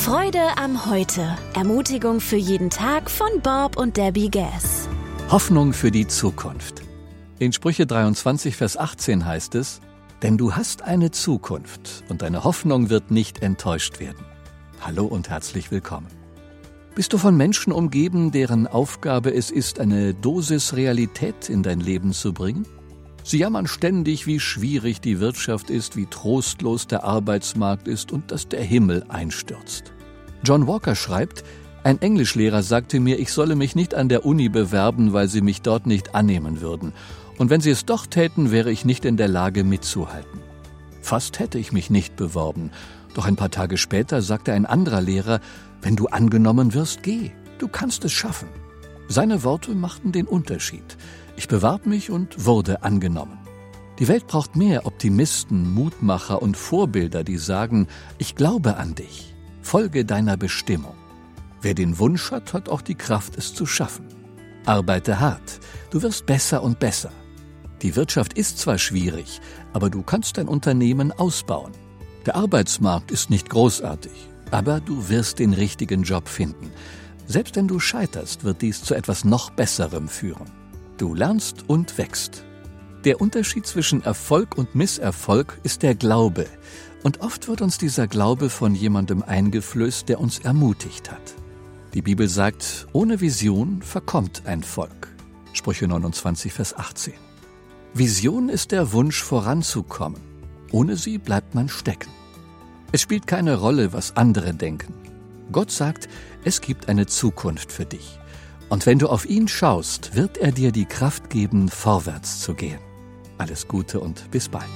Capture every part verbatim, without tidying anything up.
Freude am Heute. Ermutigung für jeden Tag von Bob und Debbie Gass. Hoffnung für die Zukunft. In Sprüche dreiundzwanzig, Vers achtzehn heißt es: Denn du hast eine Zukunft und deine Hoffnung wird nicht enttäuscht werden. Hallo und herzlich willkommen. Bist du von Menschen umgeben, deren Aufgabe es ist, eine Dosis Realität in dein Leben zu bringen? Sie jammern ständig, wie schwierig die Wirtschaft ist, wie trostlos der Arbeitsmarkt ist und dass der Himmel einstürzt. John Walker schreibt: Ein Englischlehrer sagte mir, ich solle mich nicht an der Uni bewerben, weil sie mich dort nicht annehmen würden. Und wenn sie es doch täten, wäre ich nicht in der Lage mitzuhalten. Fast hätte ich mich nicht beworben. Doch ein paar Tage später sagte ein anderer Lehrer: Wenn du angenommen wirst, geh. Du kannst es schaffen. Seine Worte machten den Unterschied. Ich bewarb mich und wurde angenommen. Die Welt braucht mehr Optimisten, Mutmacher und Vorbilder, die sagen: Ich glaube an dich. Folge deiner Bestimmung. Wer den Wunsch hat, hat auch die Kraft, es zu schaffen. Arbeite hart. Du wirst besser und besser. Die Wirtschaft ist zwar schwierig, aber du kannst dein Unternehmen ausbauen. Der Arbeitsmarkt ist nicht großartig, aber du wirst den richtigen Job finden. Selbst wenn du scheiterst, wird dies zu etwas noch Besserem führen. Du lernst und wächst. Der Unterschied zwischen Erfolg und Misserfolg ist der Glaube. Und oft wird uns dieser Glaube von jemandem eingeflößt, der uns ermutigt hat. Die Bibel sagt, ohne Vision verkommt ein Volk. Sprüche neunundzwanzig, Vers achtzehn. Vision ist der Wunsch, voranzukommen. Ohne sie bleibt man stecken. Es spielt keine Rolle, was andere denken. Gott sagt, es gibt eine Zukunft für dich. Und wenn du auf ihn schaust, wird er dir die Kraft geben, vorwärts zu gehen. Alles Gute und bis bald.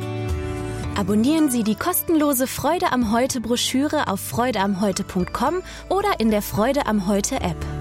Abonnieren Sie die kostenlose Freude am Heute Broschüre auf freude am heute punkt com oder in der Freude am Heute App.